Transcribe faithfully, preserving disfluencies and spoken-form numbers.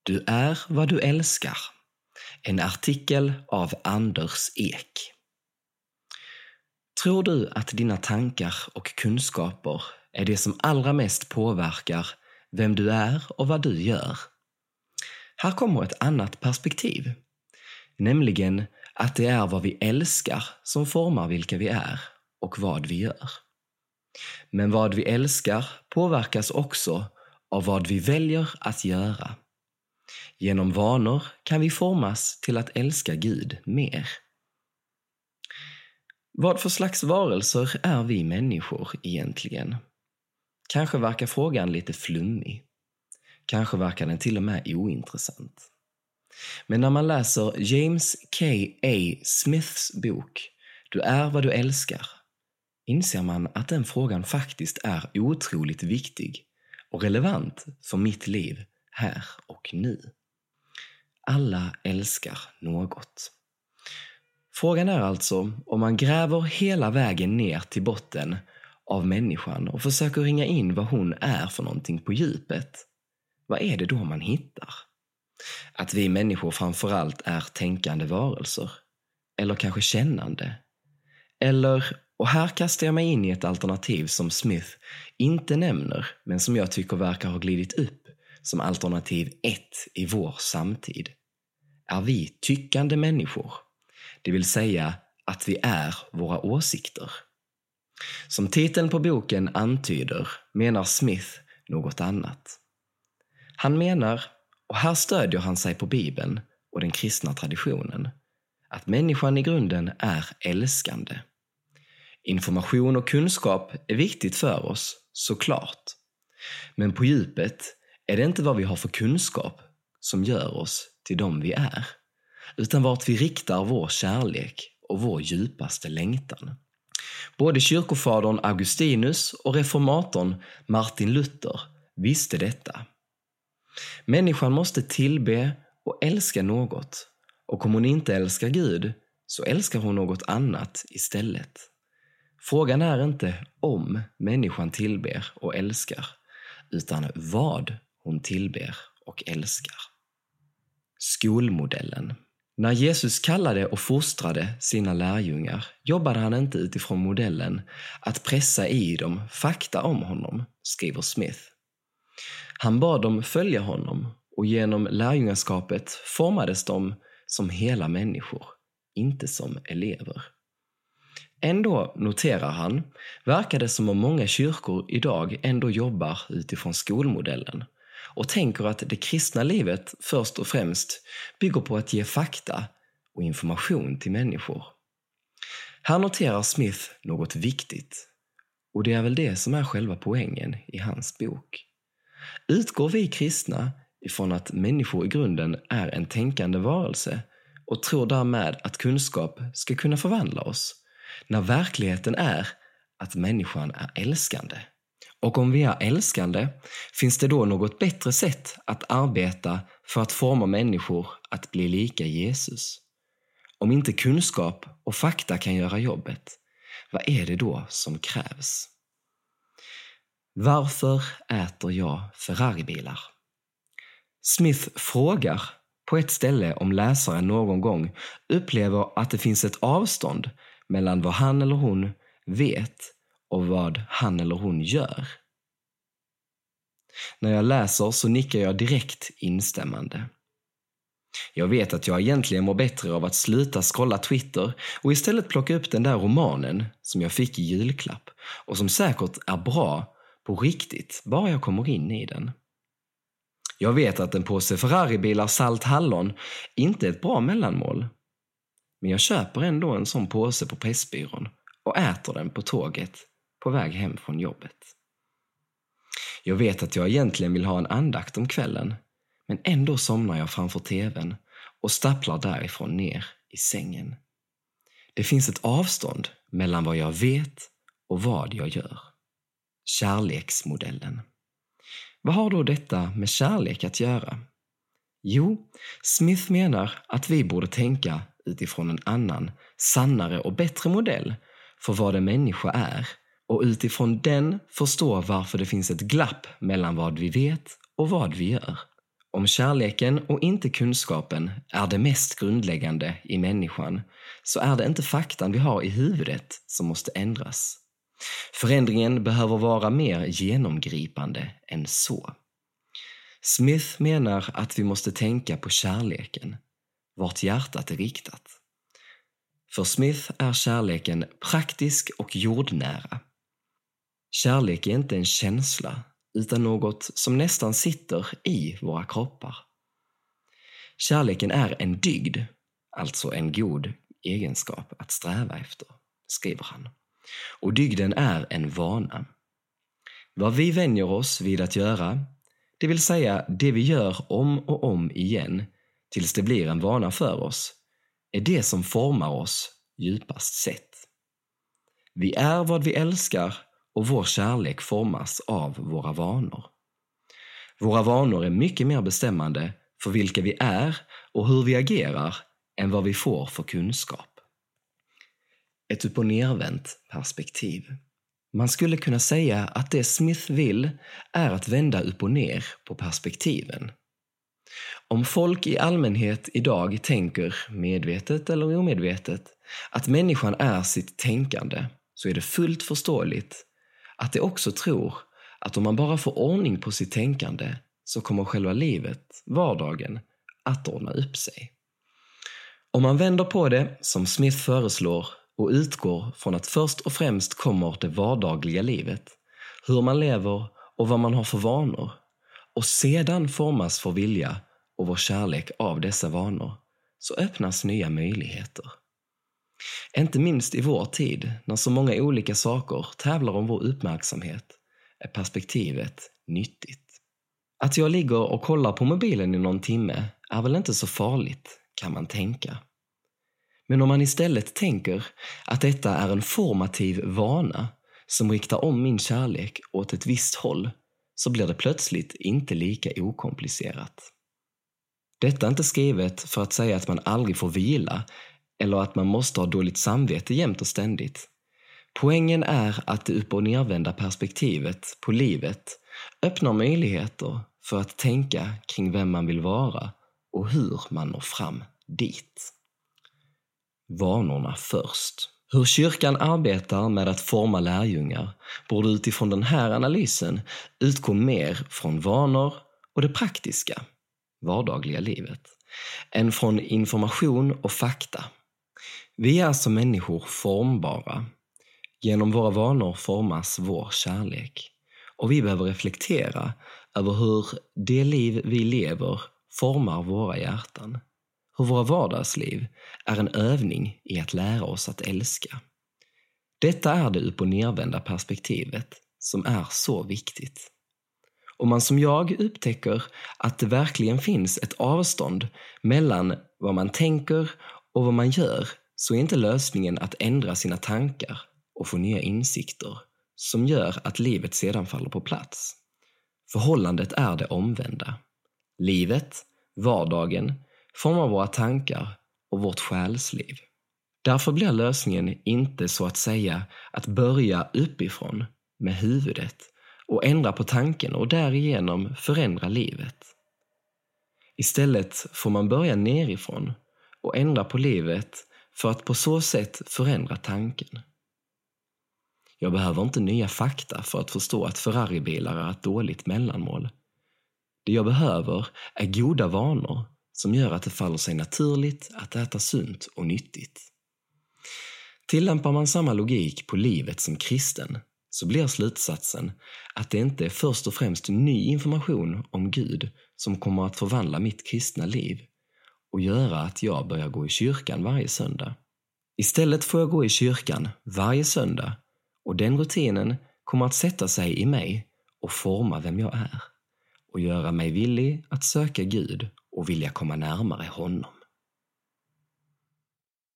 Du är vad du älskar. En artikel av Anders Ek. Tror du att dina tankar och kunskaper är det som allra mest påverkar vem du är och vad du gör? Här kommer ett annat perspektiv. Nämligen att det är vad vi älskar som formar vilka vi är och vad vi gör. Men vad vi älskar påverkas också av vad vi väljer att göra. Genom vanor kan vi formas till att älska Gud mer. Vad för slags varelser är vi människor egentligen? Kanske verkar frågan lite flummig. Kanske verkar den till och med ointressant. Men när man läser James K A Smiths bok Du är vad du älskar, inser man att den frågan faktiskt är otroligt viktig och relevant för mitt liv här och nu. Alla älskar något. Frågan är alltså om man gräver hela vägen ner till botten av människan och försöker ringa in vad hon är för någonting på djupet. Vad är det då man hittar? Att vi människor framförallt är tänkande varelser? Eller kanske kännande? Eller, och här kastar jag mig in i ett alternativ som Smith inte nämner men som jag tycker verkar ha glidit upp som alternativ ett i vår samtid. Är vi tyckande människor? Det vill säga att vi är våra åsikter. Som titeln på boken antyder menar Smith något annat. Han menar, och här stödjer han sig på Bibeln och den kristna traditionen, att människan i grunden är älskande. Information och kunskap är viktigt för oss, såklart. Men på djupet är det inte vad vi har för kunskap som gör oss till dem vi är, utan vart vi riktar vår kärlek och vår djupaste längtan. Både kyrkofadern Augustinus och reformatorn Martin Luther visste detta. Människan måste tillbe och älska något, och om hon inte älskar Gud så älskar hon något annat istället. Frågan är inte om människan tillber och älskar, utan vad hon tillber och älskar. Skolmodellen. När Jesus kallade och fostrade sina lärjungar jobbade han inte utifrån modellen att pressa i dem fakta om honom, skriver Smith. Han bad dem följa honom och genom lärjungaskapet formades de som hela människor, inte som elever. Ändå, noterar han, verkar det som om många kyrkor idag ändå jobbar utifrån skolmodellen och tänker att det kristna livet först och främst bygger på att ge fakta och information till människor. Här noterar Smith något viktigt, och det är väl det som är själva poängen i hans bok. Utgår vi kristna ifrån att människor i grunden är en tänkande varelse och tror därmed att kunskap ska kunna förvandla oss, när verkligheten är att människan är älskande? Och om vi är älskande, finns det då något bättre sätt att arbeta för att forma människor att bli lika Jesus? Om inte kunskap och fakta kan göra jobbet, vad är det då som krävs? Varför äter jag Ferraribilar? Smith frågar på ett ställe om läsaren någon gång upplever att det finns ett avstånd mellan vad han eller hon vet och vad han eller hon gör. När jag läser så nickar jag direkt instämmande. Jag vet att jag egentligen mår bättre av att sluta scrolla Twitter och istället plocka upp den där romanen som jag fick i julklapp och som säkert är bra på riktigt, bara jag kommer in i den. Jag vet att en påse Ferraribilar salt hallon inte är ett bra mellanmål. Men jag köper ändå en sån påse på Pressbyrån och äter den på tåget på väg hem från jobbet. Jag vet att jag egentligen vill ha en andakt om kvällen, men ändå somnar jag framför tvn och stapplar därifrån ner i sängen. Det finns ett avstånd mellan vad jag vet och vad jag gör. Kärleksmodellen. Vad har då detta med kärlek att göra? Jo, Smith menar att vi borde tänka utifrån en annan, sannare och bättre modell för vad en människa är och utifrån den förstå varför det finns ett glapp mellan vad vi vet och vad vi gör. Om kärleken och inte kunskapen är det mest grundläggande i människan, så är det inte faktan vi har i huvudet som måste ändras. Förändringen behöver vara mer genomgripande än så. Smith menar att vi måste tänka på kärleken, vart hjärtat är riktat. För Smith är kärleken praktisk och jordnära. Kärlek är inte en känsla, utan något som nästan sitter i våra kroppar. Kärleken är en dygd, alltså en god egenskap att sträva efter, skriver han. Och dygden är en vana. Vad vi vänjer oss vid att göra, det vill säga det vi gör om och om igen tills det blir en vana för oss, är det som formar oss djupast sett. Vi är vad vi älskar och vår kärlek formas av våra vanor. Våra vanor är mycket mer bestämmande för vilka vi är och hur vi agerar än vad vi får för kunskap. Ett upp- och nervänt perspektiv. Man skulle kunna säga att det Smith vill är att vända upp och ner på perspektiven. Om folk i allmänhet idag tänker, medvetet eller omedvetet, att människan är sitt tänkande, så är det fullt förståeligt att de också tror att om man bara får ordning på sitt tänkande så kommer själva livet, vardagen, att ordna upp sig. Om man vänder på det, som Smith föreslår, och utgår från att först och främst kommer det vardagliga livet, hur man lever och vad man har för vanor, och sedan formas vår vilja och vår kärlek av dessa vanor, så öppnas nya möjligheter. Inte minst i vår tid, när så många olika saker tävlar om vår uppmärksamhet, är perspektivet nyttigt. Att jag ligger och kollar på mobilen i någon timme är väl inte så farligt, kan man tänka. Men om man istället tänker att detta är en formativ vana som riktar om min kärlek åt ett visst håll, så blir det plötsligt inte lika okomplicerat. Detta är inte skrivet för att säga att man aldrig får vila eller att man måste ha dåligt samvete jämt och ständigt. Poängen är att det upp- och nervända perspektivet på livet öppnar möjligheter för att tänka kring vem man vill vara och hur man når fram dit. Vanorna först. Hur kyrkan arbetar med att forma lärjungar borde utifrån den här analysen utgå mer från vanor och det praktiska, vardagliga livet, än från information och fakta. Vi är som människor formbara. Genom våra vanor formas vår kärlek. Och vi behöver reflektera över hur det liv vi lever formar våra hjärtan. Hur våra vardagsliv är en övning i att lära oss att älska. Detta är det upp- och nervända perspektivet som är så viktigt. Om man som jag upptäcker att det verkligen finns ett avstånd mellan vad man tänker och vad man gör, så är inte lösningen att ändra sina tankar och få nya insikter som gör att livet sedan faller på plats. Förhållandet är det omvända. Livet, vardagen, formar våra tankar och vårt själsliv. Därför blir lösningen inte så att säga att börja uppifrån med huvudet och ändra på tanken och därigenom förändra livet. Istället får man börja nerifrån och ändra på livet för att på så sätt förändra tanken. Jag behöver inte nya fakta för att förstå att Ferrari-bilar är ett dåligt mellanmål. Det jag behöver är goda vanor som gör att det faller sig naturligt att äta sunt och nyttigt. Tillämpar man samma logik på livet som kristen, så blir slutsatsen att det inte är först och främst ny information om Gud som kommer att förvandla mitt kristna liv och göra att jag börjar gå i kyrkan varje söndag. Istället får jag gå i kyrkan varje söndag, och den rutinen kommer att sätta sig i mig och forma vem jag är och göra mig villig att söka Gud och vilja komma närmare honom.